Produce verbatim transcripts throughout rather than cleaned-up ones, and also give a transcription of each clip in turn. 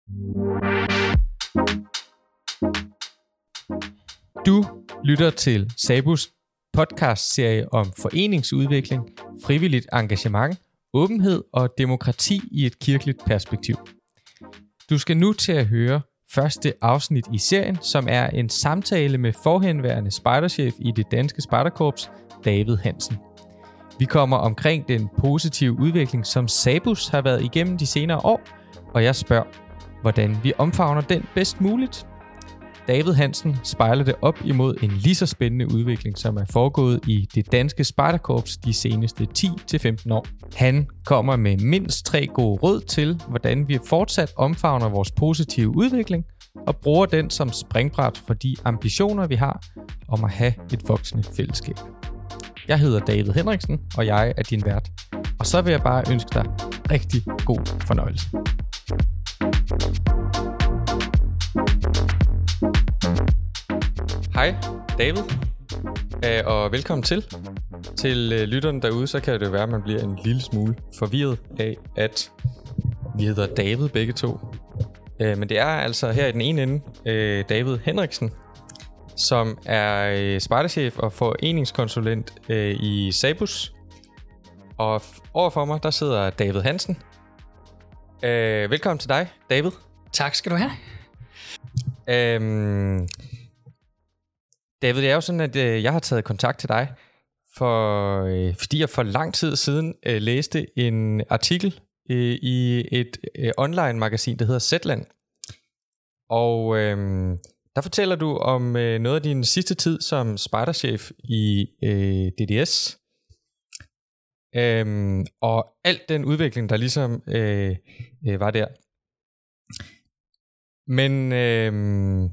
Du lytter til SABUs podcast-serie om foreningsudvikling, frivilligt engagement, åbenhed og demokrati i et kirkeligt perspektiv. Du skal nu til at høre første afsnit i serien, som er en samtale med forhenværende spejderchef i det danske spejderkorps, David Hansen. Vi kommer omkring den positive udvikling, som SABUS har været igennem de senere år, og jeg spørger, hvordan vi omfavner den bedst muligt. David Hansen spejler det op imod en lige så spændende udvikling, som er foregået i det danske spejderkorps de seneste ti til femten år. Han kommer med mindst tre gode råd til, hvordan vi fortsat omfavner vores positive udvikling og bruger den som springbræt for de ambitioner, vi har om at have et voksende fællesskab. Jeg hedder David Henriksen, og jeg er din vært. Og så vil jeg bare ønske dig rigtig god fornøjelse. Hej David, og velkommen til. Til lytterne derude, så kan det være, at man bliver en lille smule forvirret af, at vi hedder David begge to. Men det er altså her i den ene ende David Henriksen, som er spejderchef og foreningskonsulent i SABUS. Og overfor mig, der sidder David Hansen. Velkommen til dig, David. Tak skal du have. Øhm, David, det er jo sådan, at øh, jeg har taget kontakt til dig, for, øh, fordi jeg for lang tid siden øh, læste en artikel øh, i et øh, online-magasin, der hedder Zetland. Og øh, der fortæller du om øh, noget af din sidste tid som spejderchef i øh, D D S. Øh, og alt den udvikling, der ligesom øh, øh, var der. Men... Øh,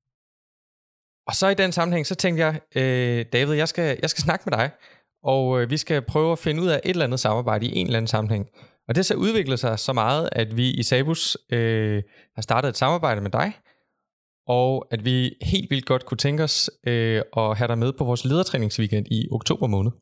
Og så i den sammenhæng, så tænkte jeg, øh, David, jeg skal, jeg skal snakke med dig, og øh, vi skal prøve at finde ud af et eller andet samarbejde i en eller anden sammenhæng. Og det så udviklet sig så meget, at vi i SABUS øh, har startet et samarbejde med dig, og at vi helt vildt godt kunne tænke os øh, at have dig med på vores ledertræningsweekend i oktober måned.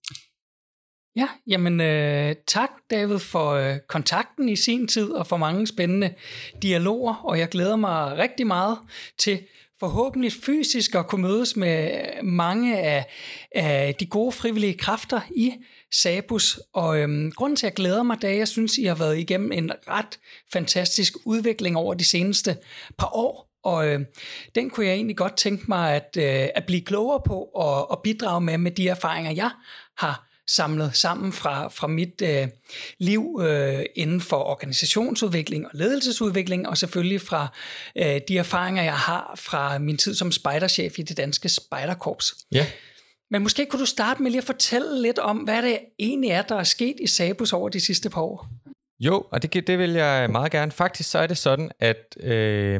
Ja, jamen øh, tak David for øh, kontakten i sin tid, og for mange spændende dialoger, og jeg glæder mig rigtig meget til forhåbentlig fysisk at kunne mødes med mange af, af de gode frivillige kræfter i SABUS. Og øhm, grunden til, at jeg glæder mig, da jeg synes, I har været igennem en ret fantastisk udvikling over de seneste par år. Og øh, den kunne jeg egentlig godt tænke mig at, øh, at blive klogere på og, og bidrage med med de erfaringer, jeg har samlet sammen fra, fra mit øh, liv øh, inden for organisationsudvikling og ledelsesudvikling, og selvfølgelig fra øh, de erfaringer, jeg har fra min tid som spejderchef i det danske spejderkorps. Ja. Men måske kunne du starte med lige at fortælle lidt om, hvad det egentlig er, der er sket i SABUS over de sidste par år. Jo, og det, det vil jeg meget gerne. Faktisk så er det sådan, at øh,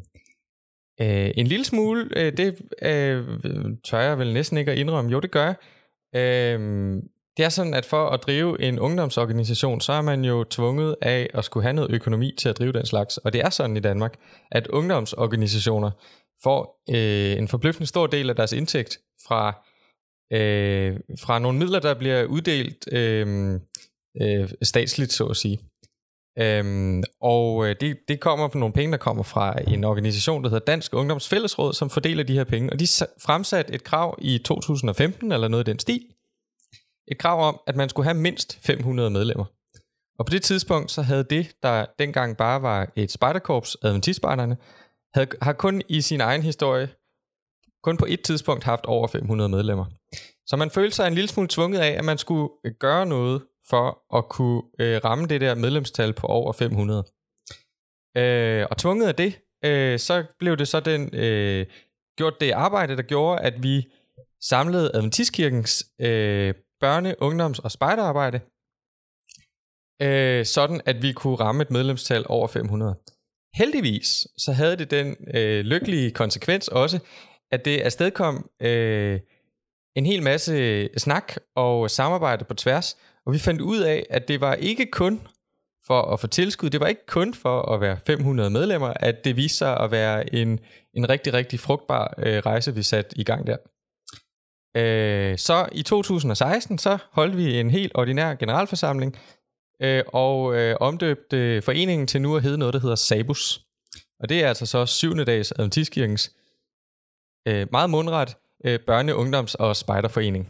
øh, en lille smule, øh, det øh, tør jeg vel næsten ikke at indrømme. Jo, det gør jeg. Øh, Det er sådan, at for at drive en ungdomsorganisation, så er man jo tvunget af at skulle have noget økonomi til at drive den slags. Og det er sådan i Danmark, at ungdomsorganisationer får øh, en forbløffende stor del af deres indtægt fra, øh, fra nogle midler, der bliver uddelt øh, øh, statsligt, så at sige. Øhm, og det, det kommer på nogle penge, der kommer fra en organisation, der hedder Dansk Ungdoms Fællesråd, som fordeler de her penge. Og de fremsatte et krav i to tusind og femten, eller noget i den stil. Et krav om, at man skulle have mindst fem hundrede medlemmer. Og på det tidspunkt, så havde det, der dengang bare var et spejderkorps, adventistspejderne, havde, har kun i sin egen historie, kun på et tidspunkt haft over fem hundrede medlemmer. Så man følte sig en lille smule tvunget af, at man skulle gøre noget for at kunne øh, ramme det der medlemstal på over fem hundrede. Øh, og tvunget af det, øh, så blev det så den, øh, gjort det arbejde, der gjorde, at vi samlede Adventistkirkens øh, børne-, ungdoms- og spejderarbejde, øh, sådan at vi kunne ramme et medlemstal over fem hundrede. Heldigvis så havde det den øh, lykkelige konsekvens også, at det afstedkom øh, en hel masse snak og samarbejde på tværs, og vi fandt ud af, at det var ikke kun for at få tilskud, det var ikke kun for at være fem hundrede medlemmer, at det viste sig at være en, en rigtig, rigtig frugtbar øh, rejse, vi satte i gang der. Øh, så i to tusind og seksten, så holdt vi en helt ordinær generalforsamling, øh, og øh, omdøbte foreningen til nu at hedde noget, der hedder Sabus. Og det er altså så syvende dags Adventistkirkens øh, meget mundret øh, børne-, ungdoms- og spejderforening.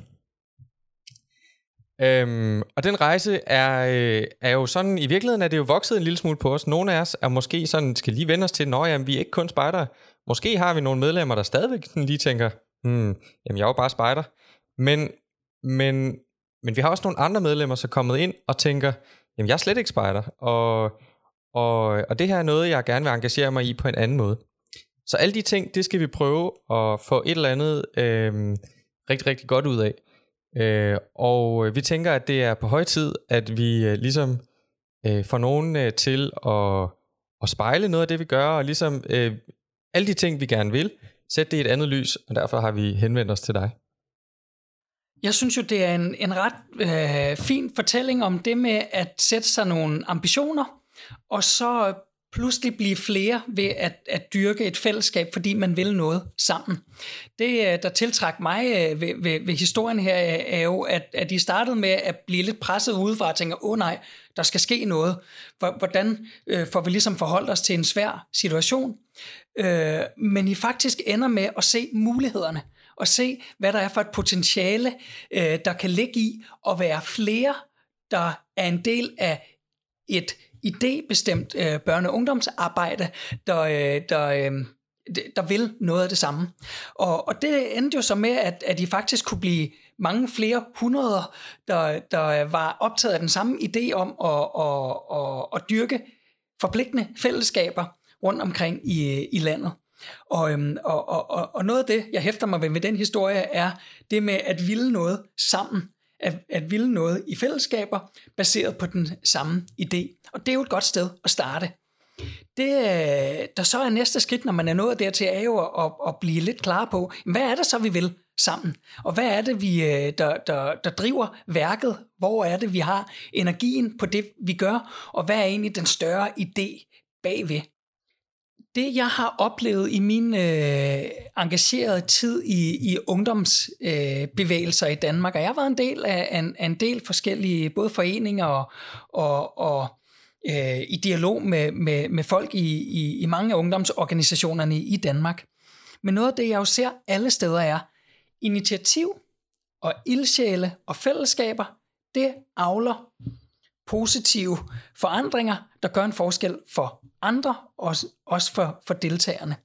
Øhm, og den rejse er, øh, er jo sådan, i virkeligheden er det jo vokset en lille smule på os. Nogle af os er måske sådan, skal lige vende os til, nå jamen, vi er ikke kun spejdere. Måske har vi nogle medlemmer, der stadigvæk sådan lige tænker, hmm, jamen jeg er jo bare spejder. Men, men, men vi har også nogle andre medlemmer, som er kommet ind og tænker, jamen jeg er slet ikke spejder. Og, og, og det her er noget, jeg gerne vil engagere mig i på en anden måde. Så alle de ting, det skal vi prøve at få et eller andet øh, rigtig, rigtig godt ud af. Øh, og vi tænker, at det er på høj tid, at vi øh, ligesom øh, får nogen øh, til at, at spejle noget af det, vi gør, og ligesom øh, alle de ting, vi gerne vil, sætte det i et andet lys, og derfor har vi henvendt os til dig. Jeg synes jo, det er en, en ret øh, fin fortælling om det med at sætte sig nogle ambitioner, og så pludselig blive flere ved at, at dyrke et fællesskab, fordi man vil noget sammen. Det, der tiltrækker mig ved, ved, ved historien her, er jo, at, at de startede med at blive lidt presset udefra og tænker, åh oh, nej, der skal ske noget. Hvordan øh, får vi ligesom forholdt os til en svær situation? Øh, men I faktisk ender med at se mulighederne, og se, hvad der er for et potentiale, øh, der kan ligge i at være flere, der er en del af et idébestemt øh, børne- og ungdomsarbejde, der, øh, der, øh, der vil noget af det samme. Og, og det endte jo så med, at, at de faktisk kunne blive mange flere hundreder, der, der var optaget af den samme idé om at, at, at, at dyrke forpligtende fællesskaber rundt omkring i, i landet. Og, og, og, og noget af det, jeg hæfter mig ved med den historie, er det med at ville noget sammen. At, at ville noget i fællesskaber, baseret på den samme idé. Og det er jo et godt sted at starte. Det, der så er næste skridt, når man er nået dertil, er jo at, at blive lidt klar på, hvad er det så, vi vil sammen? Og hvad er det, vi, der, der, der driver værket? Hvor er det, vi har energien på det, vi gør? Og hvad er egentlig den større idé bagved? Det, jeg har oplevet i min øh, engagerede tid i, i ungdomsbevægelser øh, i Danmark, og jeg har været en del af en, af en del forskellige, både foreninger og, og, og øh, i dialog med, med, med folk i, i, i mange af ungdomsorganisationerne i Danmark. Men noget af det, jeg jo ser alle steder, er initiativ og ildsjæle og fællesskaber, det avler positive forandringer, der gør en forskel for andre, også, også for, for deltagerne.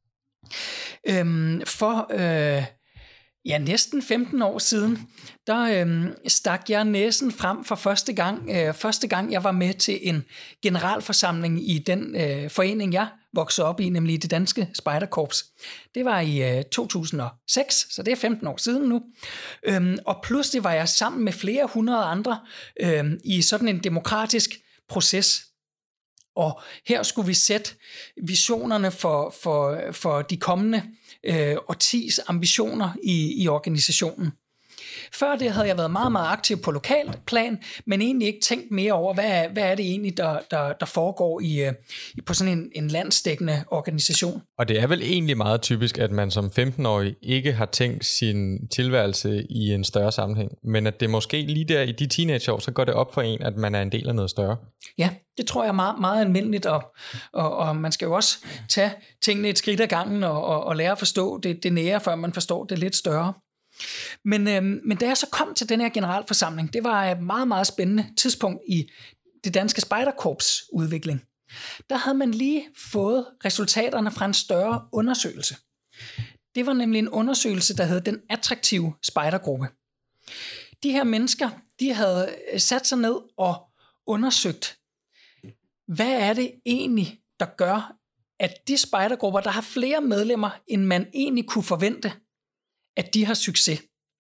Øhm, for øh, ja, næsten femten år siden, der øh, stak jeg næsen frem for første gang, øh, første gang jeg var med til en generalforsamling i den øh, forening, jeg voksede op i, nemlig det danske spejderkorps. Det var i øh, to tusind og seks, så det er femten år siden nu. Øhm, og pludselig var jeg sammen med flere hundrede andre øh, i sådan en demokratisk proces. Og her skulle vi sætte visionerne for, for, for de kommende øh, årtis ambitioner i, i organisationen. Før det havde jeg været meget, meget aktiv på lokalt plan, men egentlig ikke tænkt mere over, hvad er, hvad er det egentlig, der, der, der foregår i, i, på sådan en, en landsdækkende organisation. Og det er vel egentlig meget typisk, at man som femten-årig ikke har tænkt sin tilværelse i en større sammenhæng, men at det måske lige der i de teenageår, så går det op for en, at man er en del af noget større. Ja, det tror jeg er meget, meget almindeligt, og, og, og man skal jo også tage tingene et skridt ad gangen og, og, og lære at forstå det, det nære, før man forstår det lidt større. Men, øhm, men da jeg så kom til den her generalforsamling, det var et meget, meget spændende tidspunkt i det danske spejderkorps udvikling. Der havde man lige fået resultaterne fra en større undersøgelse. Det var nemlig en undersøgelse, der hed Den Attraktive Spejdergruppe. De her mennesker, de havde sat sig ned og undersøgt, hvad er det egentlig, der gør, at de spejdergrupper, der har flere medlemmer, end man egentlig kunne forvente, at de har succes.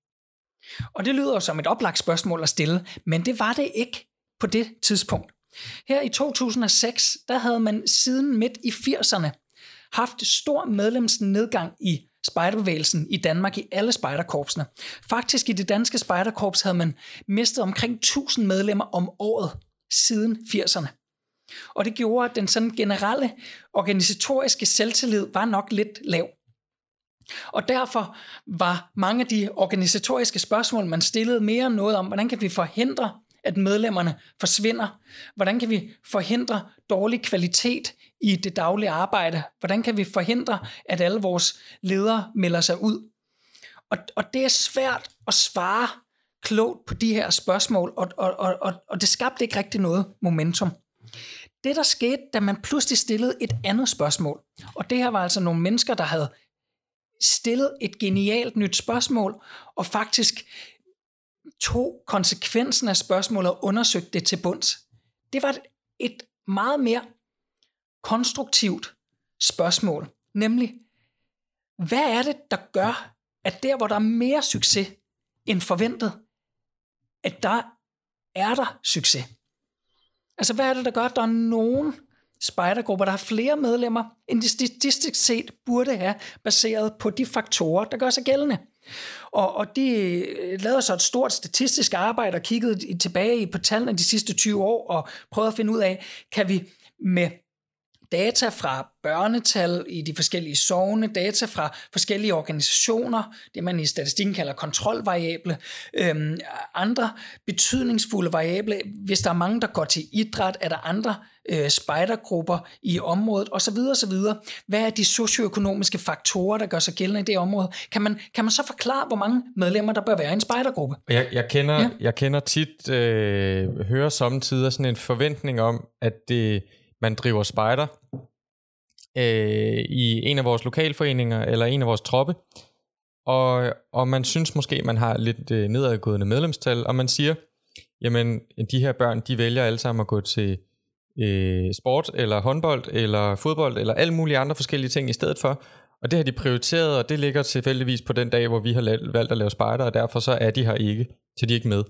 Og det lyder jo som et oplagt spørgsmål at stille, men det var det ikke på det tidspunkt. Her i to tusind og seks, der havde man siden midt i firserne haft stor medlemsnedgang i spejderbevægelsen i Danmark i alle spejderkorpsene. Faktisk i det danske spejderkorps havde man mistet omkring tusind medlemmer om året siden firserne. Og det gjorde, at den sådan generelle organisatoriske selvtillid var nok lidt lav. Og derfor var mange af de organisatoriske spørgsmål, man stillede mere noget om, hvordan kan vi forhindre, at medlemmerne forsvinder? Hvordan kan vi forhindre dårlig kvalitet i det daglige arbejde? Hvordan kan vi forhindre, at alle vores ledere melder sig ud? Og, og det er svært at svare klogt på de her spørgsmål, og, og, og, og det skabte ikke rigtig noget momentum. Det, der skete, da man pludselig stillede et andet spørgsmål, og det her var altså nogle mennesker, der havde stillet et genialt nyt spørgsmål, og faktisk tog konsekvensen af spørgsmålet og undersøgte det til bunds. Det var et meget mere konstruktivt spørgsmål, nemlig, hvad er det, der gør, at der, hvor der er mere succes end forventet, at der er der succes? Altså, hvad er det, der gør, at der er nogen spejdergrupper, der har flere medlemmer, end de statistisk set burde have, baseret på de faktorer, der gør sig gældende? Og, og de lavede så et stort statistisk arbejde og kiggede tilbage på tallene de sidste tyve år og prøvede at finde ud af, kan vi med data fra børnetal i de forskellige sogne, data fra forskellige organisationer, det man i statistikken kalder kontrolvariable, øhm, andre betydningsfulde variable. Hvis der er mange, der går til idræt, er der andre øh, spejdergrupper i området, osv. osv. Hvad er de socioøkonomiske faktorer, der gør sig gældende i det område? Kan man, kan man så forklare, hvor mange medlemmer, der bør være i en spejdergruppe? Jeg, jeg, kender, ja. jeg kender tit, øh, hører samtidig sådan en forventning om, at det man driver spejder øh, i en af vores lokalforeninger eller en af vores troppe, og, og man synes måske, man har lidt øh, nedadgående medlemstal, og man siger, jamen de her børn, de vælger alle sammen at gå til øh, sport, eller håndbold, eller fodbold, eller alle mulige andre forskellige ting i stedet for, og det har de prioriteret, og det ligger tilfældigvis på den dag, hvor vi har valgt at lave spejder, og derfor så er de her ikke, så de er ikke med.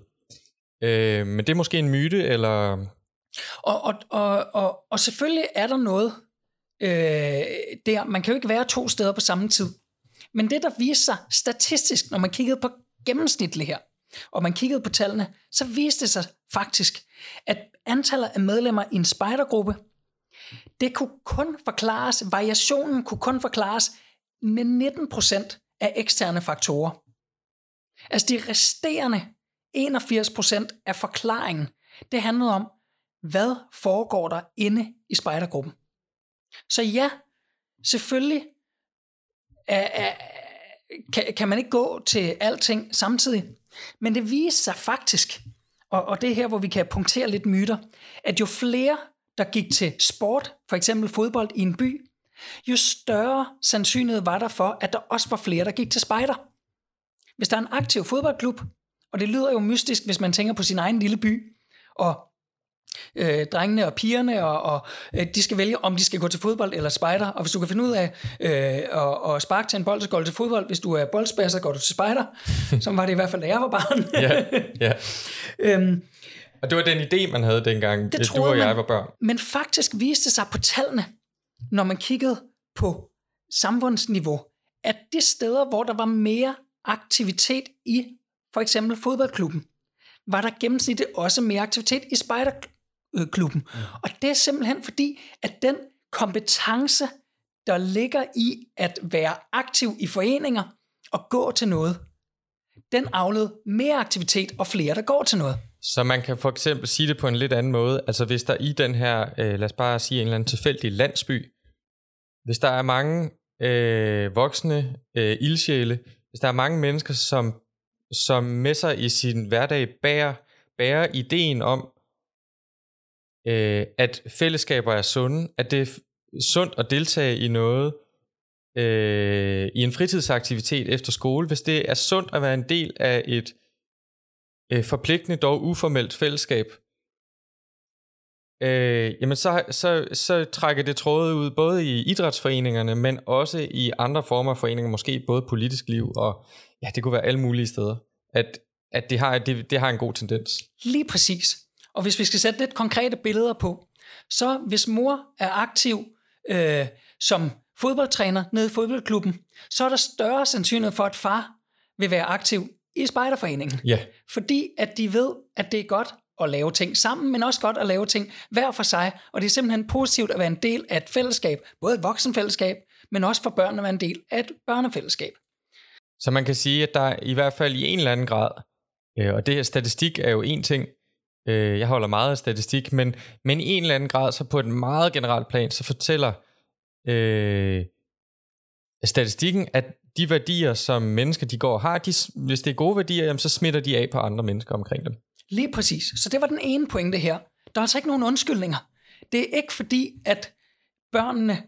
Øh, men det er måske en myte, eller... Og, og, og, og, og selvfølgelig er der noget øh, der. Man kan jo ikke være to steder på samme tid. Men det, der viser sig statistisk, når man kiggede på gennemsnitligt her, og man kiggede på tallene, så viste det sig faktisk, at antallet af medlemmer i en spejdergruppe, det kunne kun forklares, variationen kunne kun forklares med nitten procent af eksterne faktorer. Altså de resterende enogfirs procent af forklaringen, det handlede om, hvad foregår der inde i spejdergruppen? Så ja, selvfølgelig er, er, kan, kan man ikke gå til alting samtidig, men det viser sig faktisk, og, og det er her, hvor vi kan punktere lidt myter, at jo flere, der gik til sport, for eksempel fodbold i en by, jo større sandsynlighed var der for, at der også var flere, der gik til spejder. Hvis der er en aktiv fodboldklub, og det lyder jo mystisk, hvis man tænker på sin egen lille by, og Øh, drengene og pigerne og, og øh, de skal vælge om de skal gå til fodbold eller spejder, og hvis du kan finde ud af øh, at, at sparke til en bold, så går du til fodbold. Hvis du er boldspasser, går du til spejder. Som var det i hvert fald, da jeg var barn. ja, ja. øhm, og det var den idé, man havde dengang, det du og jeg man, var børn. Men faktisk viste sig på tallene, når man kiggede på samfundsniveau, at de steder, hvor der var mere aktivitet i for eksempel fodboldklubben, var der gennemsnitligt også mere aktivitet i spejderklubben. Klubben. Og det er simpelthen fordi, at den kompetence, der ligger i at være aktiv i foreninger og gå til noget, den afleder mere aktivitet og flere, der går til noget. Så man kan for eksempel sige det på en lidt anden måde. Altså hvis der i den her, øh, lad os bare sige en eller anden tilfældig landsby, hvis der er mange øh, voksne øh, ildsjæle, hvis der er mange mennesker, som, som med sig i sin hverdag bærer, bærer ideen om, at fællesskaber er sunde, at det er sundt at deltage i noget, øh, i en fritidsaktivitet efter skole, hvis det er sundt at være en del af et øh, forpligtende, dog uformelt fællesskab, øh, jamen så, så, så trækker det tråde ud, både i idrætsforeningerne, men også i andre former af foreninger, måske både politisk liv, og ja, det kunne være alle mulige steder, at, at det, har, det, det har en god tendens. Lige præcis. Og hvis vi skal sætte lidt konkrete billeder på, så hvis mor er aktiv øh, som fodboldtræner nede i fodboldklubben, så er der større sandsynlighed for, at far vil være aktiv i spejderforeningen. Ja. Fordi at de ved, at det er godt at lave ting sammen, men også godt at lave ting hver for sig. Og det er simpelthen positivt at være en del af et fællesskab, både et voksenfællesskab, men også for børn at være en del af et børnefællesskab. Så man kan sige, at der i hvert fald i en eller anden grad, øh, og det her statistik er jo en ting, Øh, jeg holder meget af statistik, men, men i en eller anden grad, så på et meget generelt plan, så fortæller øh, statistikken, at de værdier, som mennesker de går og har, de, hvis det er gode værdier, jamen, så smitter de af på andre mennesker omkring dem. Lige præcis. Så det var den ene pointe her. Der er altså ikke nogen undskyldninger. Det er ikke fordi, at børnene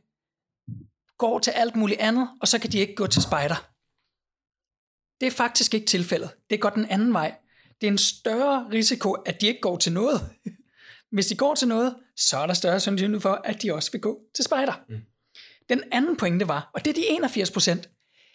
går til alt muligt andet, og så kan de ikke gå til spejder. Det er faktisk ikke tilfældet. Det går den anden vej. Det er en større risiko, at de ikke går til noget. Hvis de går til noget, så er der større sandsynlighed for, at de også vil gå til spejder. Mm. Den anden pointe var, og det er de enogfirs procent,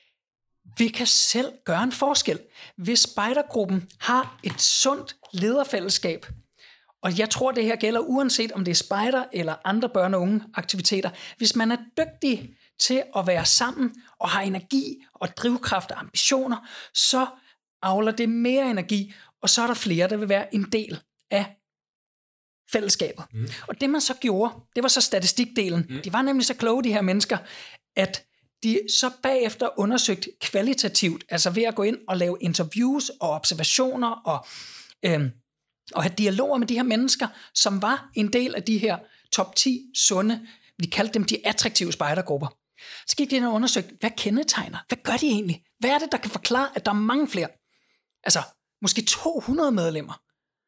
vi kan selv gøre en forskel. Hvis spejdergruppen har et sundt lederfællesskab, og jeg tror, det her gælder uanset om det er spejder eller andre børne- og unge aktiviteter. Hvis man er dygtig til at være sammen og har energi og drivkraft og ambitioner, så avler det mere energi, og så er der flere, der vil være en del af fællesskabet. Mm. Og det man så gjorde, det var så statistikdelen. Mm. De var nemlig så kloge, de her mennesker, at de så bagefter undersøgt kvalitativt, altså ved at gå ind og lave interviews og observationer og, øhm, og have dialoger med de her mennesker, som var en del af de her top ti sunde, vi kaldte dem de attraktive spejdergrupper. Så gik de ind og undersøgte, hvad kendetegner? Hvad gør de egentlig? Hvad er det, der kan forklare, at der er mange flere? Altså, måske to hundrede medlemmer.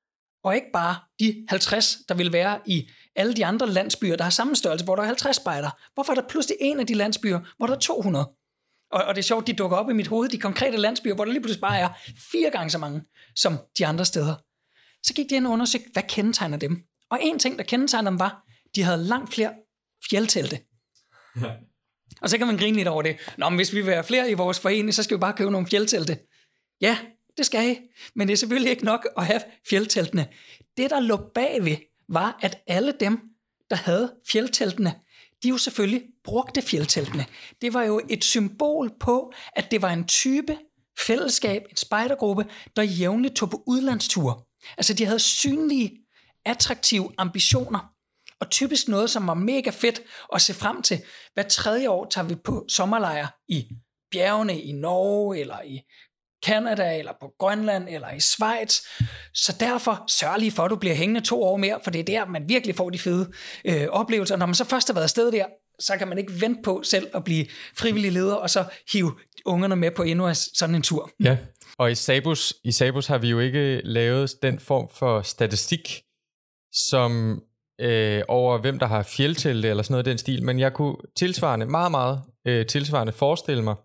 Og ikke bare de halvtreds, der vil være i alle de andre landsbyer, der har samme størrelse, hvor der er halvtreds spejdere. Hvorfor er der pludselig en af de landsbyer, hvor der er to hundrede? Og, og det er sjovt, de dukker op i mit hoved, de konkrete landsbyer, hvor der lige pludselig bare er fire gange så mange, som de andre steder. Så gik de ind og undersøgte, hvad kendetegner dem? Og en ting, der kendetegner dem, var, de havde langt flere fjeldtelte. Ja. Og så kan man grine lidt over det. Nå, men hvis vi vil være flere i vores forening, så skal vi bare købe nogle fjeldtelte. Ja, det skal I. Men det er selvfølgelig ikke nok at have fjeldteltene. Det, der lå bagved, var, at alle dem, der havde fjeldteltene, de jo selvfølgelig brugte fjeldteltene. Det var jo et symbol på, at det var en type fællesskab, en spejdergruppe, der jævnligt tog på udlandsture. Altså, de havde synlige, attraktive ambitioner. Og typisk noget, som var mega fedt at se frem til. Hver tredje år tager vi på sommerlejr i bjergene i Norge, eller i Canada, eller på Grønland, eller i Schweiz. Så derfor sørg lige for, at du bliver hængende to år mere, for det er der, man virkelig får de fede øh, oplevelser. Når man så først har været afsted der, så kan man ikke vente på selv at blive frivillig leder, og så hive ungerne med på endnu sådan en tur. Ja, og i Sabus, i Sabus har vi jo ikke lavet den form for statistik, som øh, over hvem der har fjeldtelte eller sådan noget i den stil, men jeg kunne tilsvarende, meget meget øh, tilsvarende forestille mig,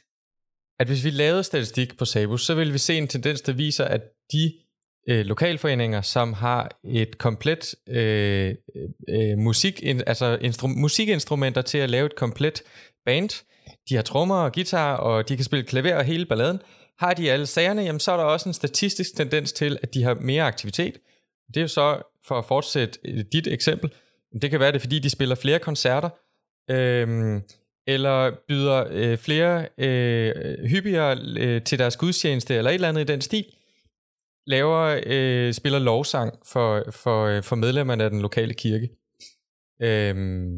at hvis vi lavede statistik på Sabus, så ville vi se en tendens, der viser, at de øh, lokalforeninger, som har et komplet øh, øh, musik, altså instru- musikinstrumenter til at lave et komplet band, de har trommer og guitar, og de kan spille klaver og hele balladen, har de alle sagerne, jamen så er der også en statistisk tendens til, at de har mere aktivitet. Det er jo så, for at fortsætte dit eksempel, det kan være det, fordi de spiller flere koncerter, øh, eller byder øh, flere øh, hyppigere øh, til deres gudstjeneste, eller et eller andet i den stil, laver, øh, spiller lovsang for, for, for medlemmerne af den lokale kirke. Øhm.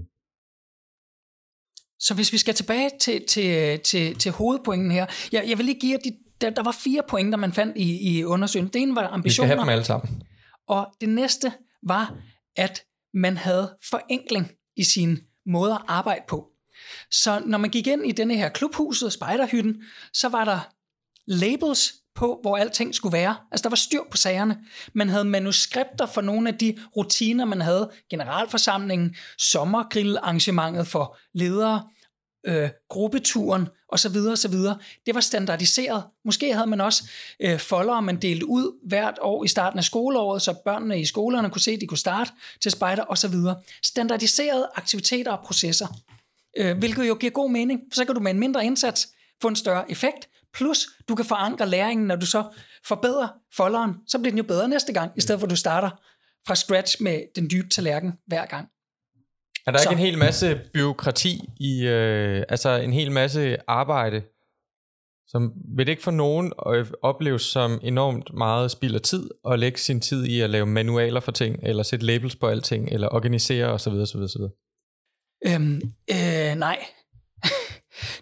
Så hvis vi skal tilbage til, til, til, til hovedpointen her, jeg, jeg vil lige give jer, de, der, der var fire pointer, man fandt i, i undersøgelsen. Det ene var ambitioner. Vi skal have dem alle sammen. Og det næste var, at man havde forenkling i sin måde at arbejde på. Så når man gik ind i denne her klubhuset, spejderhytten, så var der labels på, hvor alting skulle være. Altså der var styr på sagerne. Man havde manuskripter for nogle af de rutiner, man havde. Generalforsamlingen, sommergrillarrangementet for ledere, øh, gruppeturen osv. osv. Det var standardiseret. Måske havde man også øh, foldere, man delte ud hvert år i starten af skoleåret, så børnene i skolerne kunne se, at de kunne starte til spejder osv. Standardiserede aktiviteter og processer. Øh, hvilket jo giver god mening, for så kan du med en mindre indsats få en større effekt, plus du kan forankre læringen, når du så forbedrer folderen, så bliver den jo bedre næste gang, i stedet for at du starter fra scratch med den dybe tallerken hver gang. Er der så. ikke en hel masse byråkrati i, øh, altså en hel masse arbejde, som vil det ikke for nogen opleves som enormt meget spild af tid, at lægge sin tid i at lave manualer for ting, eller sætte labels på alting, eller organisere osv. osv., osv.? Øhm, øh, nej.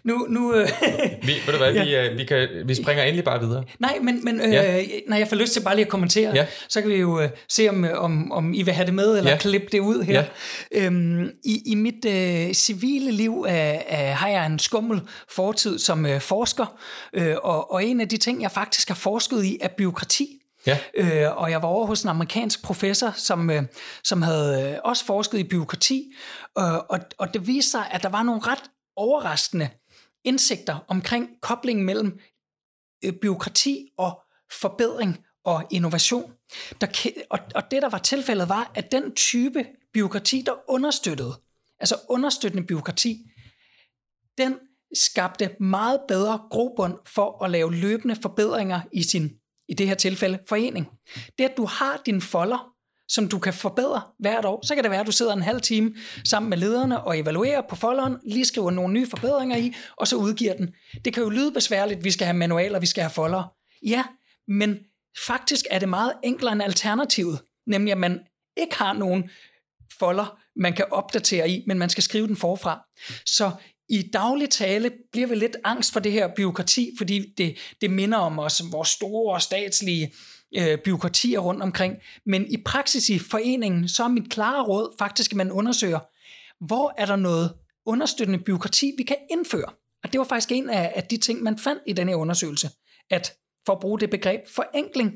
nu... nu øh, vi, ved du hvad, ja. vi, vi, kan, vi springer endelig bare videre. Nej, men, men øh, ja. når jeg får lyst til bare lige at kommentere, ja. så kan vi jo øh, se, om, om, om I vil have det med, eller ja. klippe det ud her. Ja. Øhm, i, I mit øh, civile liv øh, øh, har jeg en skummel fortid som øh, forsker, øh, og, og en af de ting, jeg faktisk har forsket i, er bureaukrati. Ja. Øh, og jeg var over hos en amerikansk professor, som, øh, som havde øh, også forsket i bureaukrati, øh, og, og det viste sig, at der var nogle ret overraskende indsigter omkring koblingen mellem øh, bureaukrati og forbedring og innovation. Der, og, og det, der var tilfældet, var, at den type bureaukrati, der understøttede, altså understøttende bureaukrati, den skabte meget bedre grobund for at lave løbende forbedringer i sin, i det her tilfælde, forening. Det, at du har dine folder, som du kan forbedre hvert år, så kan det være, at du sidder en halv time sammen med lederne og evaluerer på folderen, lige skriver nogle nye forbedringer i, og så udgiver den. Det kan jo lyde besværligt, vi skal have manualer, vi skal have folder. Ja, men faktisk er det meget enklere end alternativet, nemlig at man ikke har nogen folder, man kan opdatere i, men man skal skrive den forfra. Så i daglig tale bliver vi lidt angst for det her bureaukrati, fordi det, det minder om os, vores store statslige øh, bureaukratier rundt omkring. Men i praksis i foreningen, så er mit klare råd faktisk, at man undersøger, hvor er der noget understøttende bureaukrati, vi kan indføre. Og det var faktisk en af, af de ting, man fandt i den her undersøgelse, at for at bruge det begreb forenkling,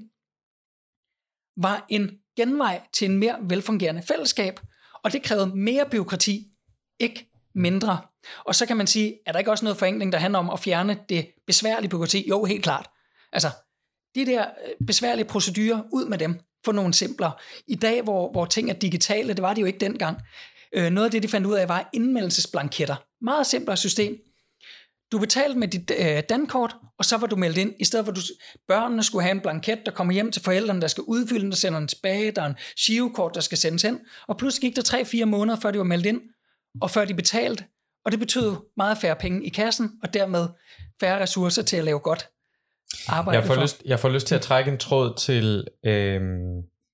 var en genvej til en mere velfungerende fællesskab, og det krævede mere bureaukrati, ikke mindre. Og så kan man sige, er der ikke også noget forenkling, der handler om at fjerne det besværlige bureaukrati? Jo, helt klart. Altså, de der besværlige procedurer, ud med dem, få nogle simplere. I dag, hvor, hvor ting er digitale, det var det jo ikke dengang. Øh, noget af det, de fandt ud af, var indmeldelsesblanketter. Meget simplere system. Du betalte med dit øh, dankort, og så var du meldt ind, i stedet for at du, børnene skulle have en blanket, der kommer hjem til forældrene, der skal udfylde den, der sender den tilbage, der er en girokort, der skal sendes hen, og pludselig gik der tre fire måneder, før de var meldt ind, og før de betalte, og det betød meget færre penge i kassen, og dermed færre ressourcer til at lave godt arbejde jeg får for. Lyst, jeg får lyst til at trække en tråd til øhm,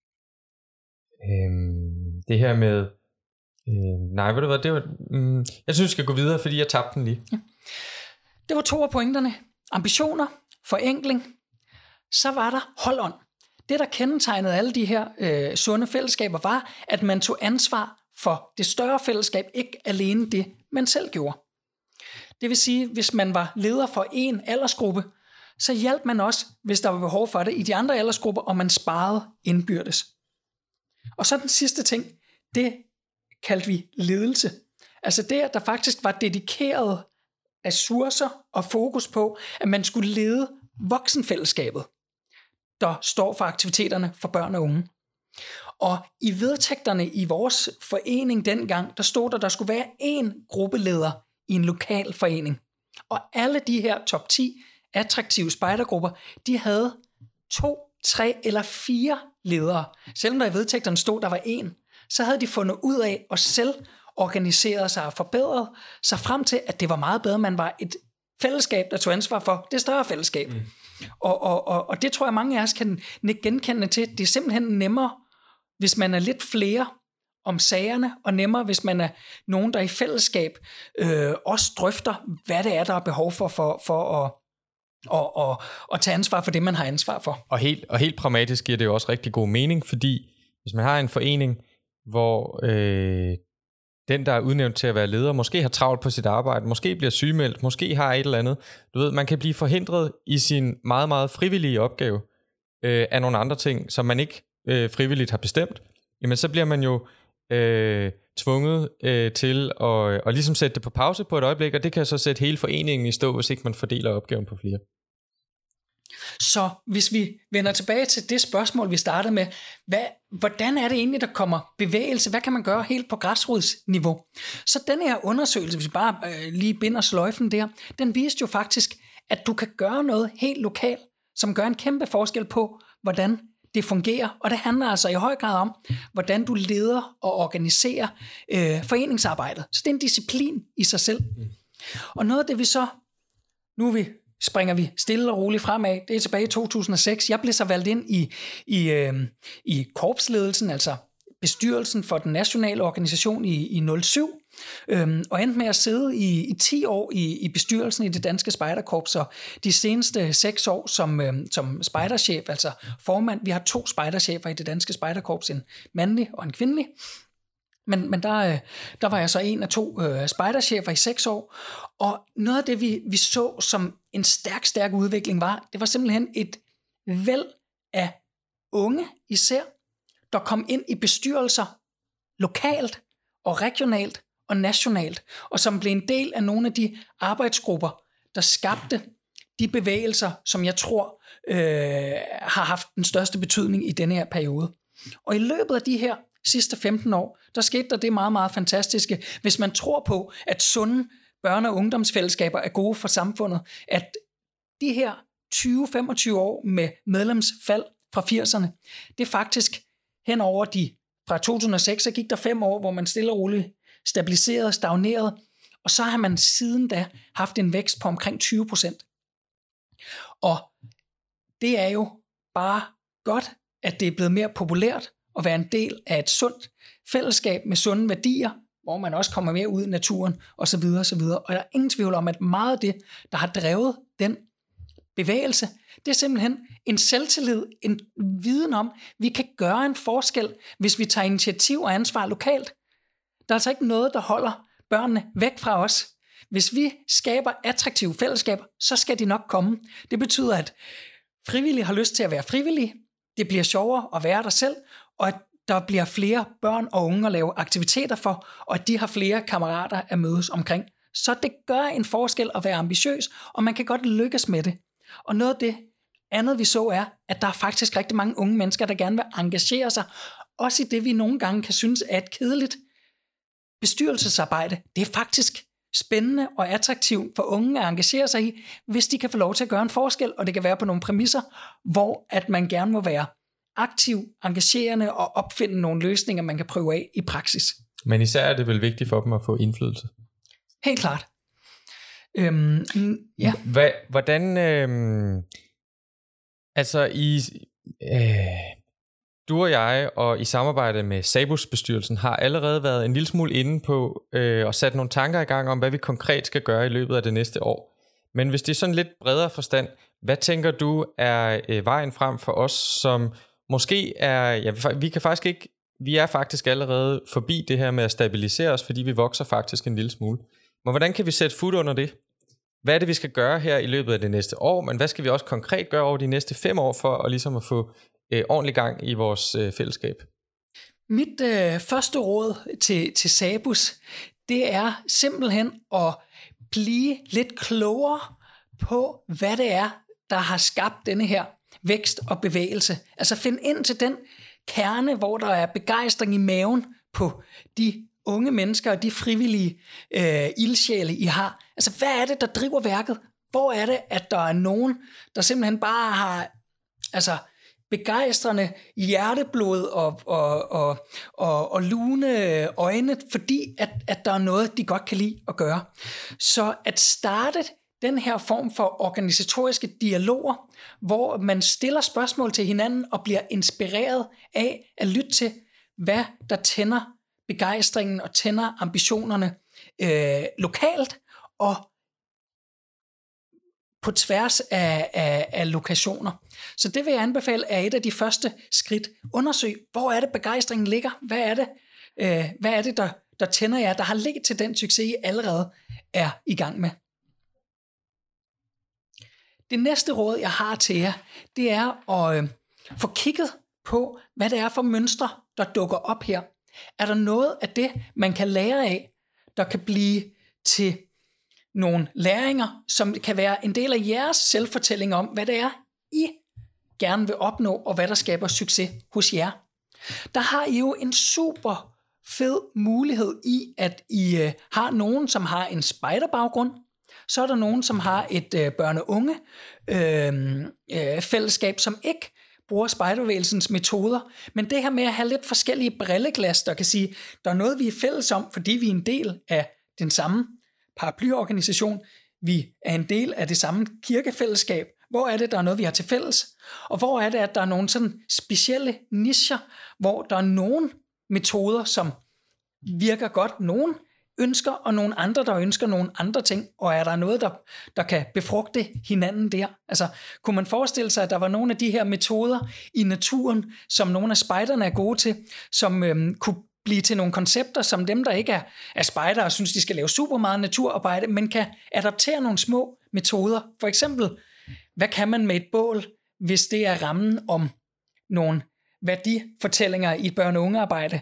øhm, det her med, øh, nej, ved du hvad, det var, mm, jeg synes, vi skal gå videre, fordi jeg tabte den lige. Ja. Det var to af pointerne. Ambitioner, forenkling. Så var der hold-on. Det, der kendetegnede alle de her øh, sunde fællesskaber, var, at man tog ansvar for det større fællesskab, ikke alene det, man selv gjorde. Det vil sige, hvis man var leder for en aldersgruppe, så hjalp man også, hvis der var behov for det, i de andre aldersgrupper, og man sparede indbyrdes. Og så den sidste ting, det kaldte vi ledelse. Altså det, at der faktisk var dedikeret ressourcer og fokus på, at man skulle lede voksenfællesskabet, der står for aktiviteterne for børn og unge. Og i vedtægterne i vores forening dengang, der stod der, der skulle være én gruppeleder i en lokal forening. Og alle de her top ti attraktive spejdergrupper, de havde to, tre eller fire ledere. Selvom der i vedtægterne stod, der var én, så havde de fundet ud af at selv organiseret sig og forbedret sig frem til, at det var meget bedre, man var et fællesskab, der tog ansvar for det større fællesskab. Mm. Og, og, og, og det tror jeg, mange af os kan genkende til. Det er simpelthen nemmere, hvis man er lidt flere om sagerne, og nemmere, hvis man er nogen, der i fællesskab øh, også drøfter, hvad det er, der er behov for, for, for at, og, og, og tage ansvar for det, man har ansvar for. Og helt, og helt pragmatisk giver det jo også rigtig god mening, fordi hvis man har en forening, hvor øh, den, der er udnævnt til at være leder, måske har travlt på sit arbejde, måske bliver sygemeldt, måske har et eller andet. Du ved, man kan blive forhindret i sin meget, meget frivillige opgave øh, af nogle andre ting, som man ikke øh, frivilligt har bestemt. Jamen, så bliver man jo øh, tvunget øh, til at, at ligesom sætte det på pause på et øjeblik, og det kan så sætte hele foreningen i stå, hvis ikke man fordeler opgaven på flere. Så hvis vi vender tilbage til det spørgsmål, vi startede med, hvad, hvordan er det egentlig, der kommer bevægelse? Hvad kan man gøre helt på græsrodsniveau? Så den her undersøgelse, hvis vi bare øh, lige binder sløjfen der, den viste jo faktisk, at du kan gøre noget helt lokalt, som gør en kæmpe forskel på, hvordan det fungerer. Og det handler altså i høj grad om, hvordan du leder og organiserer øh, foreningsarbejdet. Så det er en disciplin i sig selv. Og noget af det vi så, nu er vi springer vi stille og roligt fremad. Det er tilbage i to tusind og seks. Jeg blev så valgt ind i, i, øh, i korpsledelsen, altså bestyrelsen for den nationale organisation i, i nul syv. øhm, og endte med at sidde i, i ti år i, i bestyrelsen i det danske spejderkorps, og de seneste seks år som, øhm, som spejderchef, altså formand. Vi har to spejderchefer i det danske spejderkorps, en mandlig og en kvindelig. Men, men der, der var jeg så en af to øh, spejderchefer i seks år, og noget af det, vi, vi så som en stærk, stærk udvikling var, det var simpelthen et væld af unge især, der kom ind i bestyrelser lokalt og regionalt og nationalt, og som blev en del af nogle af de arbejdsgrupper, der skabte de bevægelser, som jeg tror øh, har haft den største betydning i denne her periode. Og i løbet af de her sidste femten år, der skete der det meget, meget fantastiske, hvis man tror på, at sunde børne- og ungdomsfællesskaber er gode for samfundet, at de her tyve til femogtyve år med medlemsfald fra firserne, det er faktisk hen over de, fra to tusind og seks, så gik der fem år, hvor man stille og roligt stabiliserede, stagnerede, og så har man siden da haft en vækst på omkring tyve procent. Og det er jo bare godt, at det er blevet mere populært at være en del af et sundt fællesskab med sunde værdier, hvor man også kommer mere ud i naturen, osv. osv. Og der er ingen tvivl om, at meget af det, der har drevet den bevægelse, det er simpelthen en selvtillid, en viden om, at vi kan gøre en forskel, hvis vi tager initiativ og ansvar lokalt. Der er altså ikke noget, der holder børnene væk fra os. Hvis vi skaber attraktive fællesskaber, så skal de nok komme. Det betyder, at frivillige har lyst til at være frivillige, det bliver sjovere at være der selv, og at der bliver flere børn og unge at lave aktiviteter for, og at de har flere kammerater at mødes omkring. Så det gør en forskel at være ambitiøs, og man kan godt lykkes med det. Og noget af det andet, vi så, er, at der er faktisk rigtig mange unge mennesker, der gerne vil engagere sig, også i det, vi nogle gange kan synes er et kedeligt bestyrelsesarbejde. Det er faktisk spændende og attraktivt for unge at engagere sig i, hvis de kan få lov til at gøre en forskel, og det kan være på nogle præmisser, hvor at man gerne må være aktiv, engagerende og opfinde nogle løsninger, man kan prøve af i praksis. Men især er det vel vigtigt for dem at få indflydelse? Helt klart. Øhm, ja. Hva, hvordan, øhm, altså i, øh, du og jeg, og i samarbejde med SABUS-bestyrelsen, har allerede været en lille smule inde på øh, og sat nogle tanker i gang om, hvad vi konkret skal gøre i løbet af det næste år. Men hvis det er sådan lidt bredere forstand, hvad tænker du er øh, vejen frem for os, som måske er, ja, vi kan faktisk ikke, vi er faktisk allerede forbi det her med at stabilisere os, fordi vi vokser faktisk en lille smule. Men hvordan kan vi sætte fod under det? Hvad er det, vi skal gøre her i løbet af det næste år, men hvad skal vi også konkret gøre over de næste fem år for at, ligesom at få øh, ordentlig gang i vores øh, fællesskab? Mit øh, første råd til, til SABUS, det er simpelthen at blive lidt klogere på, hvad det er, der har skabt denne her vækst og bevægelse. Altså find ind til den kerne, hvor der er begejstring i maven på de unge mennesker og de frivillige øh, ildsjæle, I har. Altså hvad er det, der driver værket? Hvor er det, at der er nogen, der simpelthen bare har altså begejstrende hjerteblod og, og, og, og, og lune øjne, fordi at, at der er noget, de godt kan lide at gøre. Så at starte den her form for organisatoriske dialoger, hvor man stiller spørgsmål til hinanden og bliver inspireret af at lytte til, hvad der tænder begejstringen og tænder ambitionerne øh, lokalt og på tværs af, af, af lokationer. Så det vil jeg anbefale er et af de første skridt. Undersøg, hvor er det begejstringen ligger? Hvad er det, øh, hvad er det der, der tænder jer, der har ligget til den succes, I allerede er i gang med? Det næste råd, jeg har til jer, det er at øh, få kigget på, hvad det er for mønstre, der dukker op her. Er der noget af det, man kan lære af, der kan blive til nogle læringer, som kan være en del af jeres selvfortælling om, hvad det er, I gerne vil opnå, og hvad der skaber succes hos jer? Der har I jo en super fed mulighed i, at I øh, har nogen, som har en spejderbaggrund. Så er der nogen, som har et øh, børne-unge øh, øh, fællesskab, som ikke bruger spejderbevægelsens metoder. Men det her med at have lidt forskellige brilleglas, der kan sige, der er noget, vi er fælles om, fordi vi er en del af den samme paraplyorganisation. Vi er en del af det samme kirkefællesskab. Hvor er det, der er noget, vi har til fælles? Og hvor er det, at der er nogle sådan specielle nicher, hvor der er nogle metoder, som virker godt. Nogle ønsker, og nogle andre, der ønsker nogle andre ting, og er der noget, der, der kan befrugte hinanden der? Altså, kunne man forestille sig, at der var nogle af de her metoder i naturen, som nogle af spejderne er gode til, som øhm, kunne blive til nogle koncepter, som dem, der ikke er, er spejdere og synes, de skal lave super meget naturarbejde, men kan adaptere nogle små metoder. For eksempel, hvad kan man med et bål, hvis det er rammen om nogle værdifortællinger i børne- og ungearbejde?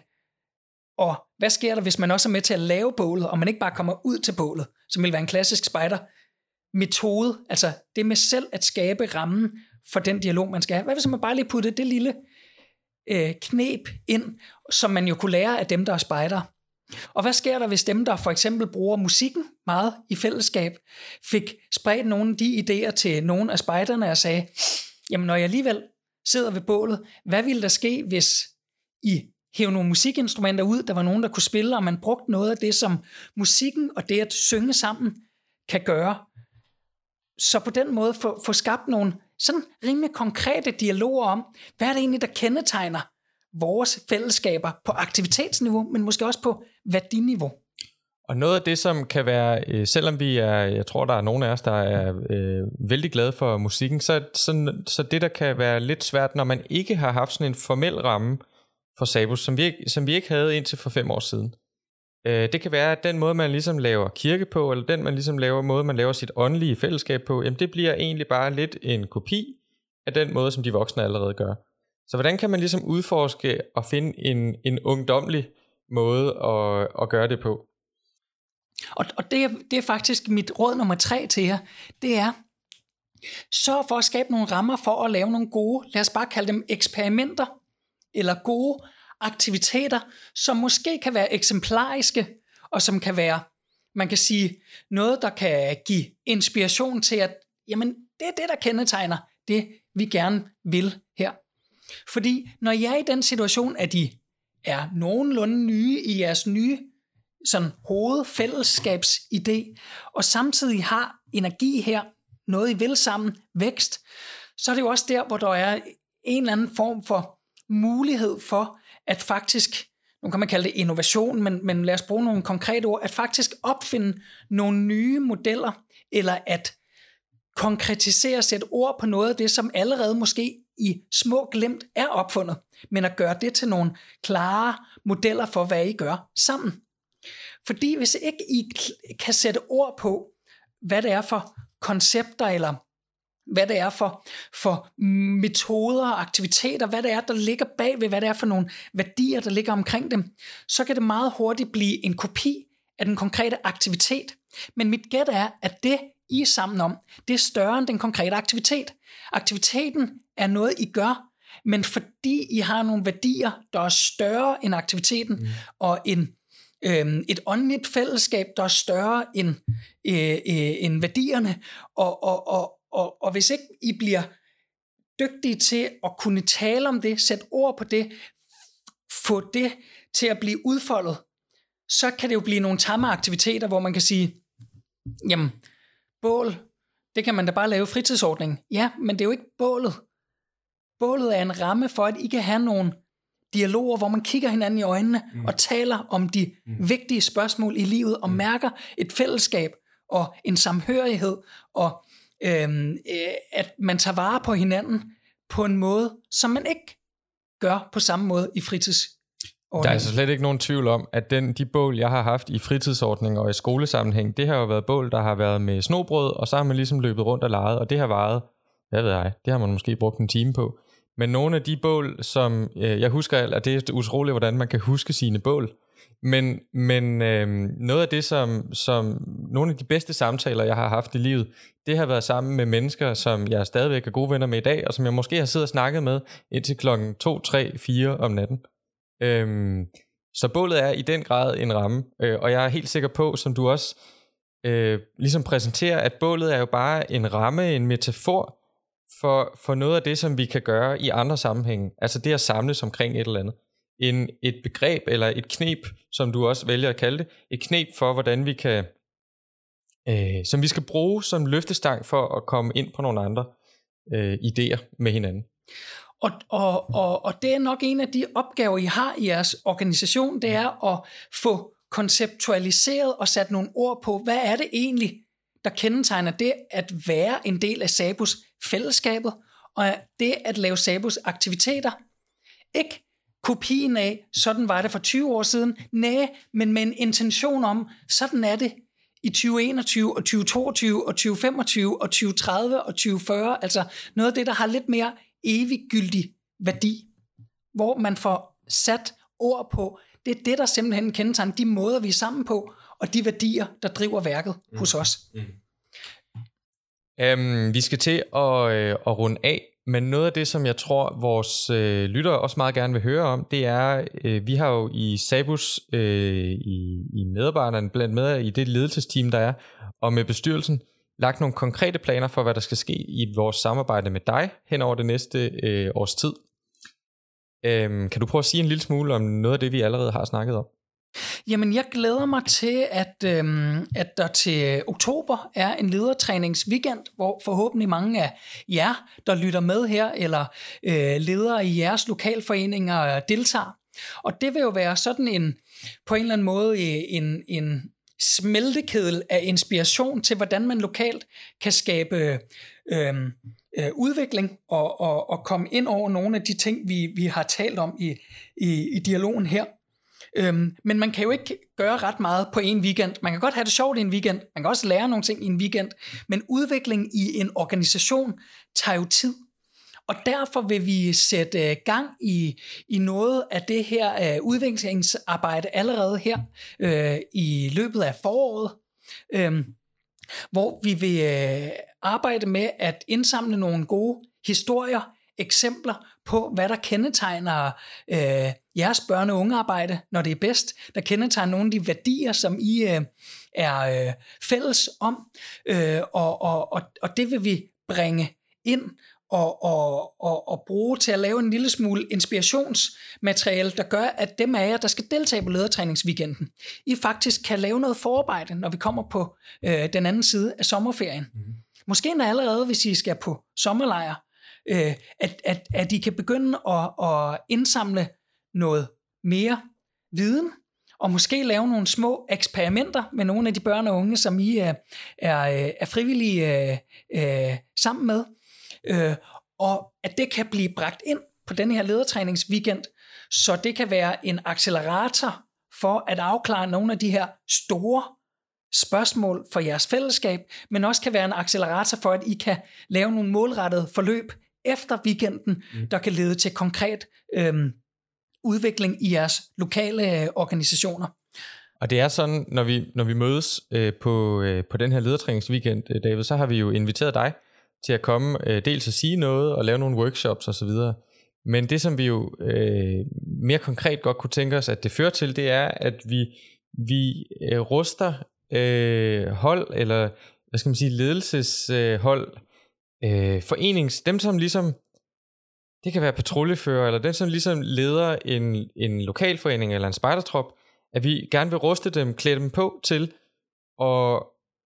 Og hvad sker der, hvis man også er med til at lave bålet, og man ikke bare kommer ud til bålet, som vil være en klassisk spejder-metode, altså det med selv at skabe rammen for den dialog, man skal have. Hvad hvis man bare lige putte det lille øh, knep ind, som man jo kunne lære af dem, der er spejdere? Og hvad sker der, hvis dem, der for eksempel bruger musikken meget i fællesskab, fik spredt nogle af de idéer til nogle af spejderne og sagde, jamen når jeg alligevel sidder ved bålet, hvad ville der ske, hvis I hæve nogle musikinstrumenter ud, der var nogen, der kunne spille, og man brugte noget af det, som musikken og det at synge sammen kan gøre. Så på den måde få, få skabt nogle sådan rimelig konkrete dialoger om, hvad er det egentlig, der kendetegner vores fællesskaber på aktivitetsniveau, men måske også på værdiniveau. Og noget af det, som kan være, selvom vi er, jeg tror, der er nogle af os, der er øh, vældig glade for musikken, så, så, så det, der kan være lidt svært, når man ikke har haft sådan en formel ramme for Sabus, som vi, som vi ikke havde indtil for fem år siden. Øh, det kan være, at den måde, man ligesom laver kirke på, eller den man ligesom laver, måde, man laver sit åndelige fællesskab på, jamen det bliver egentlig bare lidt en kopi af den måde, som de voksne allerede gør. Så hvordan kan man ligesom udforske og finde en, en ungdomlig måde at, at gøre det på? Og, og det, er, det er faktisk mit råd nummer tre til jer. Det er, sørg for at skabe nogle rammer for at lave nogle gode, lad os bare kalde dem eksperimenter, eller gode aktiviteter, som måske kan være eksemplariske, og som kan være, man kan sige, noget, der kan give inspiration til, at jamen, det er det, der kendetegner det, vi gerne vil her. Fordi når jeg er i den situation, at I er nogenlunde nye i jeres nye sådan hovedfællesskabsidé, og samtidig har energi her, noget I vil sammen, vækst, så er det jo også der, hvor der er en eller anden form for mulighed for, at faktisk, nu kan man kalde det innovation, men, men lad os bruge nogle konkrete ord, at faktisk opfinde nogle nye modeller, eller at konkretisere, sætte ord på noget af det, som allerede måske i små glimt er opfundet, men at gøre det til nogle klare modeller for, hvad I gør sammen. Fordi hvis ikke I kan sætte ord på, hvad det er for koncepter, eller hvad det er for, for metoder og aktiviteter, hvad det er, der ligger bagved, hvad det er for nogle værdier, der ligger omkring dem, så kan det meget hurtigt blive en kopi af den konkrete aktivitet. Men mit gæt er, at det, I er sammen om, det er større end den konkrete aktivitet. Aktiviteten er noget, I gør, men fordi I har nogle værdier, der er større end aktiviteten, mm. og en, øh, et åndeligt fællesskab, der er større end, øh, øh, end værdierne, og, og, og Og, og hvis ikke I bliver dygtige til at kunne tale om det, sætte ord på det, få det til at blive udfoldet, så kan det jo blive nogle tamme aktiviteter, hvor man kan sige, jamen, bål, det kan man da bare lave fritidsordning. Ja, men det er jo ikke bålet. Bålet er en ramme for, at I kan have nogle dialoger, hvor man kigger hinanden i øjnene mm. og taler om de mm. vigtige spørgsmål i livet, og mm. mærker et fællesskab og en samhørighed, og Øhm, øh, at man tager vare på hinanden på en måde, som man ikke gør på samme måde i fritidsordningen. Der er altså slet ikke nogen tvivl om, at den, de bål, jeg har haft i fritidsordning og i skolesammenhæng, det har jo været bål, der har været med snobrød, og så har man ligesom løbet rundt og leget, og det har varet, hvad ved jeg, det har man måske brugt en time på. Men nogle af de bål, som øh, jeg husker, at det er utroligt, hvordan man kan huske sine bål. Men, men øh, noget af det, som, som nogle af de bedste samtaler, jeg har haft i livet, det har været sammen med mennesker, som jeg stadigvæk er gode venner med i dag, og som jeg måske har siddet og snakket med indtil klokken to, tre, fire om natten. Øhm, så bålet er i den grad en ramme, øh, og jeg er helt sikker på, som du også øh, ligesom præsenterer, at bålet er jo bare en ramme, en metafor for, for noget af det, som vi kan gøre i andre sammenhænge. Altså det at samles omkring et eller andet. En, et begreb eller et knep, som du også vælger at kalde det, et knep for, hvordan vi kan, øh, som vi skal bruge som løftestang for at komme ind på nogle andre øh, idéer med hinanden. Og, og, og, og det er nok en af de opgaver, I har i jeres organisation, det er at få konceptualiseret og sat nogle ord på, hvad er det egentlig, der kendetegner det at være en del af Sabus fællesskabet, og det at lave Sabus aktiviteter. Ikke kopien af, sådan var det for tyve år siden, nej, men med en intention om, sådan er det i tyve enogtyve og tyve toogtyve og tyve femogtyve og tyve tredive og tyve fyrre, altså noget af det, der har lidt mere eviggyldig værdi, hvor man får sat ord på, det er det, der simpelthen kendetegner de måder, vi er sammen på, og de værdier, der driver værket mm. hos os. Mm. Um, vi skal til at, øh, at runde af, men noget af det, som jeg tror, vores øh, lyttere også meget gerne vil høre om, det er, øh, vi har jo i Sabus, øh, i, i medarbejderne, blandt med i det ledelsesteam, der er, og med bestyrelsen, lagt nogle konkrete planer for, hvad der skal ske i vores samarbejde med dig hen over det næste øh, års tid. Um, kan du prøve at sige en lille smule om noget af det, vi allerede har snakket om? Jamen, jeg glæder mig til, at, øhm, at der til oktober er en ledertræningsweekend, hvor forhåbentlig mange af jer, der lytter med her, eller øh, ledere i jeres lokalforeninger deltager. Og det vil jo være sådan en, på en eller anden måde, en, en smeltekedel af inspiration til, hvordan man lokalt kan skabe øh, øh, udvikling og, og, og komme ind over nogle af de ting, vi, vi har talt om i, i, i dialogen her. Øhm, men man kan jo ikke gøre ret meget på en weekend. Man kan godt have det sjovt i en weekend. Man kan også lære nogle ting i en weekend. Men udvikling i en organisation tager jo tid. Og derfor vil vi sætte gang i, i noget af det her uh, udviklingsarbejde allerede her uh, i løbet af foråret. Um, hvor vi vil uh, arbejde med at indsamle nogle gode historier, eksempler på, hvad der kendetegner øh, jeres børne- og ungearbejde, når det er bedst, der kendetegner nogle af de værdier, som I øh, er øh, fælles om, øh, og, og, og, og det vil vi bringe ind og, og, og, og bruge til at lave en lille smule inspirationsmateriale, der gør, at dem af jer, der skal deltage på ledertræningsweekenden, I faktisk kan lave noget forarbejde, når vi kommer på øh, den anden side af sommerferien. Mm. Måske endda allerede, hvis I skal på sommerlejr, øh, at, at, at I kan begynde at, at indsamle noget mere viden, og måske lave nogle små eksperimenter med nogle af de børn og unge, som I er, er, er frivillige øh, øh, sammen med. Øh, og at det kan blive bragt ind på den her ledertræningsweekend, så det kan være en accelerator for at afklare nogle af de her store spørgsmål for jeres fællesskab, men også kan være en accelerator for, at I kan lave nogle målrettede forløb efter weekenden, mm. der kan lede til konkret øh, udvikling i jeres lokale øh, organisationer. Og det er sådan, når vi, når vi mødes øh, på, øh, på den her ledertræningsweekend, øh, David, så har vi jo inviteret dig til at komme, øh, dels at sige noget og lave nogle workshops osv. Men det, som vi jo øh, mere konkret godt kunne tænke os, at det fører til, det er, at vi, vi øh, ruster øh, hold, eller hvad skal man sige, ledelseshold, øh, forenings, dem som ligesom, det kan være patruljefører, eller dem som ligesom leder en, en lokalforening eller en spejdertrop, at vi gerne vil ruste dem, klæde dem på til at,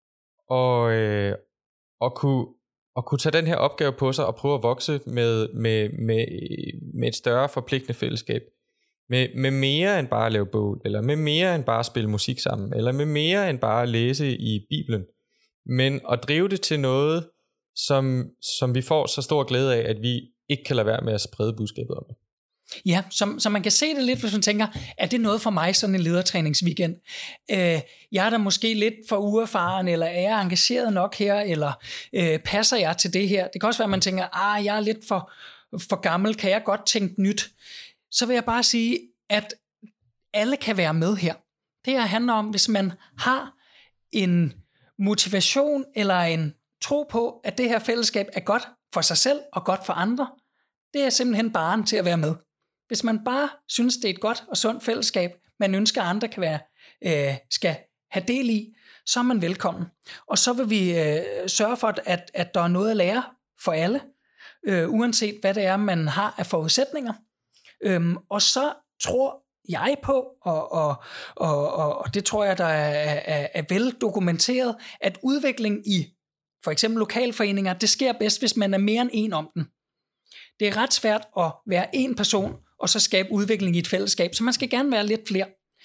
og, øh, at kunne at kunne tage den her opgave på sig og prøve at vokse med, med, med, med et større forpligtende fællesskab. Med, med mere end bare at lave bål, eller med mere end bare at spille musik sammen, eller med mere end bare at læse i Bibelen. Men at drive det til noget, som, som vi får så stor glæde af, at vi ikke kan lade være med at sprede budskabet om det. Ja, så, så man kan se det lidt, hvis man tænker, er det noget for mig, sådan en ledertræningsweekend? Øh, jeg er da måske lidt for uerfaren, eller er jeg engageret nok her, eller øh, passer jeg til det her? Det kan også være, at man tænker, ah, jeg er lidt for, for gammel, kan jeg godt tænke nyt? Så vil jeg bare sige, at alle kan være med her. Det her handler om, hvis man har en motivation, eller en tro på, at det her fællesskab er godt for sig selv, og godt for andre, det er simpelthen barren til at være med. Hvis man bare synes, det er et godt og sundt fællesskab, man ønsker, at andre kan være, øh, skal have del i, så er man velkommen. Og så vil vi øh, sørge for, at, at der er noget at lære for alle, øh, uanset hvad det er, man har af forudsætninger. Øhm, og så tror jeg på, og, og, og, og det tror jeg, der er, er, er vel dokumenteret, at udvikling i for eksempel lokalforeninger, det sker bedst, hvis man er mere end en om den. Det er ret svært at være en person, og så skabe udvikling i et fællesskab, så man skal gerne være lidt flere.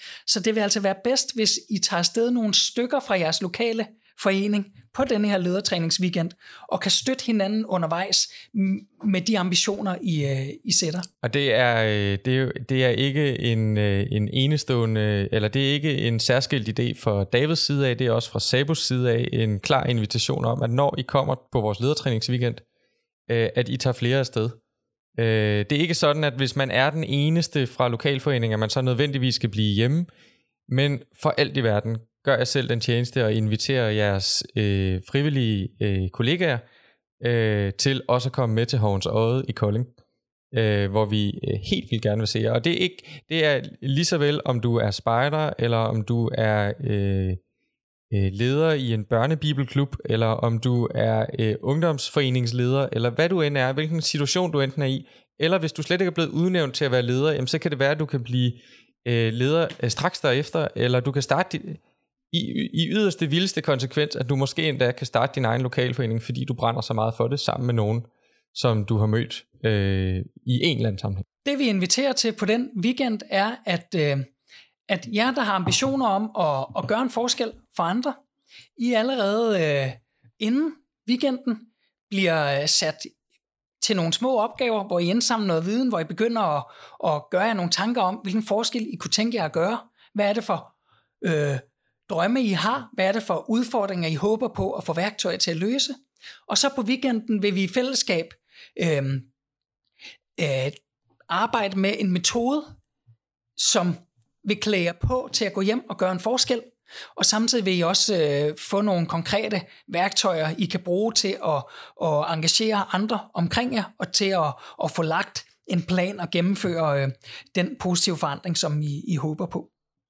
Så det vil altså være bedst, hvis I tager afsted nogle stykker fra jeres lokale forening på denne her ledertræningsweekend, og kan støtte hinanden undervejs med de ambitioner, I, I sætter. Og det er, det er, det er ikke en, en enestående, eller det er ikke en særskilt idé fra Davids side af, det er også fra Sabus side af en klar invitation om, at når I kommer på vores ledertræningsweekend, at I tager flere afsted. Det er ikke sådan, at hvis man er den eneste fra lokalforeningen, at man så nødvendigvis skal blive hjemme, men for alt i verden, gør jeg selv den tjeneste og inviterer jeres øh, frivillige øh, kollegaer øh, til også at komme med til Hovens Odde i Kolding, øh, hvor vi øh, helt vildt gerne vil se jer. Og det er, ikke, det er lige så vel, om du er spejder, eller om du er øh, øh, leder i en børnebibelklub, eller om du er øh, ungdomsforeningsleder, eller hvad du end er, hvilken situation du enten er i, eller hvis du slet ikke er blevet udnævnt til at være leder, jamen, så kan det være, at du kan blive øh, leder øh, straks derefter, eller du kan starte dit I, i yderste vildeste konsekvens, at du måske endda kan starte din egen lokalforening, fordi du brænder så meget for det, sammen med nogen, som du har mødt øh, i en eller anden sammenhæng. Det vi inviterer til på den weekend er, at, øh, at jer, der har ambitioner om at, at gøre en forskel for andre, I allerede øh, inden weekenden bliver sat til nogle små opgaver, hvor I indsamler noget viden, hvor I begynder at, at gøre jer nogle tanker om, hvilken forskel I kunne tænke jer at gøre. Hvad er det for øh, drømme, I har? Hvad er det for udfordringer, I håber på at få værktøjer til at løse? Og så på weekenden vil vi i fællesskab øh, øh, arbejde med en metode, som vil klæde jer på til at gå hjem og gøre en forskel. Og samtidig vil I også øh, få nogle konkrete værktøjer, I kan bruge til at, at engagere andre omkring jer, og til at, at få lagt en plan og gennemføre øh, den positive forandring, som I, I håber på.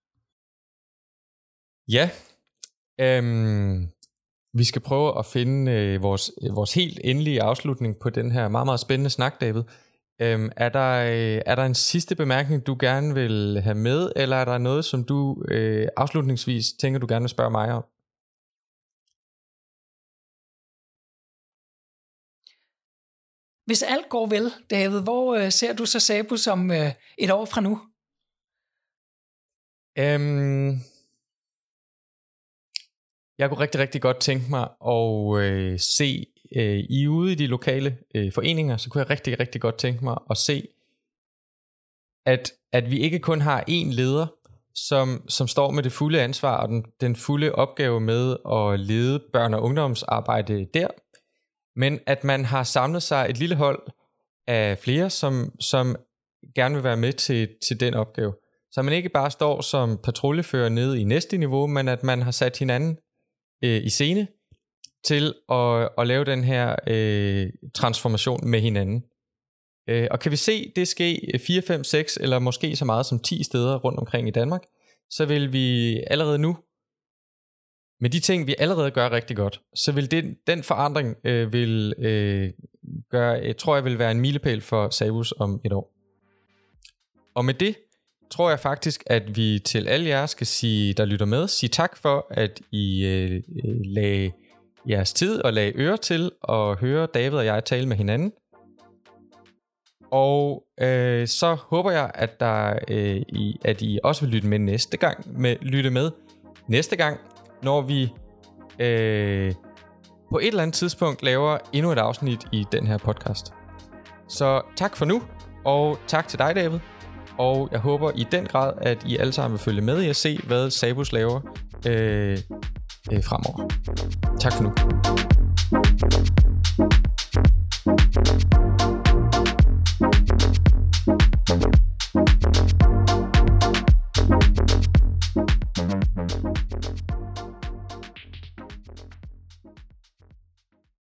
Ja, øhm, vi skal prøve at finde øh, vores, vores helt endelige afslutning på den her meget, meget spændende snak, David. Øhm, er, der, øh, er der en sidste bemærkning, du gerne vil have med, eller er der noget, som du øh, afslutningsvis tænker, du gerne vil spørge mig om? Hvis alt går vel, David, hvor øh, ser du så Sabus om øh, et år fra nu? Øhm... Jeg kunne rigtig, rigtig godt tænke mig at øh, se øh, I ude i de lokale øh, foreninger, så kunne jeg rigtig, rigtig godt tænke mig at se, at, at vi ikke kun har én leder, som, som står med det fulde ansvar og den, den fulde opgave med at lede børn- og ungdomsarbejde der, men at man har samlet sig et lille hold af flere, som, som gerne vil være med til, til den opgave. Så man ikke bare står som patruljefører nede i næste niveau, men at man har sat hinanden i scene til at, at lave den her øh, transformation med hinanden. Øh, og kan vi se det ske fire, fem, seks eller måske så meget som ti steder rundt omkring i Danmark, så vil vi allerede nu, med de ting vi allerede gør rigtig godt, så vil det, den forandring øh, vil øh, gøre, jeg tror jeg vil være en milepæl for Sabus om et år. Og med det tror jeg faktisk, at vi til alle jer skal sige, der lytter med, sige tak for, at I øh, lagde jeres tid og lagde øre til at høre David og jeg tale med hinanden. Og øh, så håber jeg, at, der, øh, I, at I også vil lytte med næste gang, med, lytte med næste gang, når vi øh, på et eller andet tidspunkt laver endnu et afsnit i den her podcast. Så tak for nu, og tak til dig, David. Og jeg håber i den grad, at I alle sammen vil følge med i at se, hvad Sabus laver øh, øh, fremover. Tak for nu.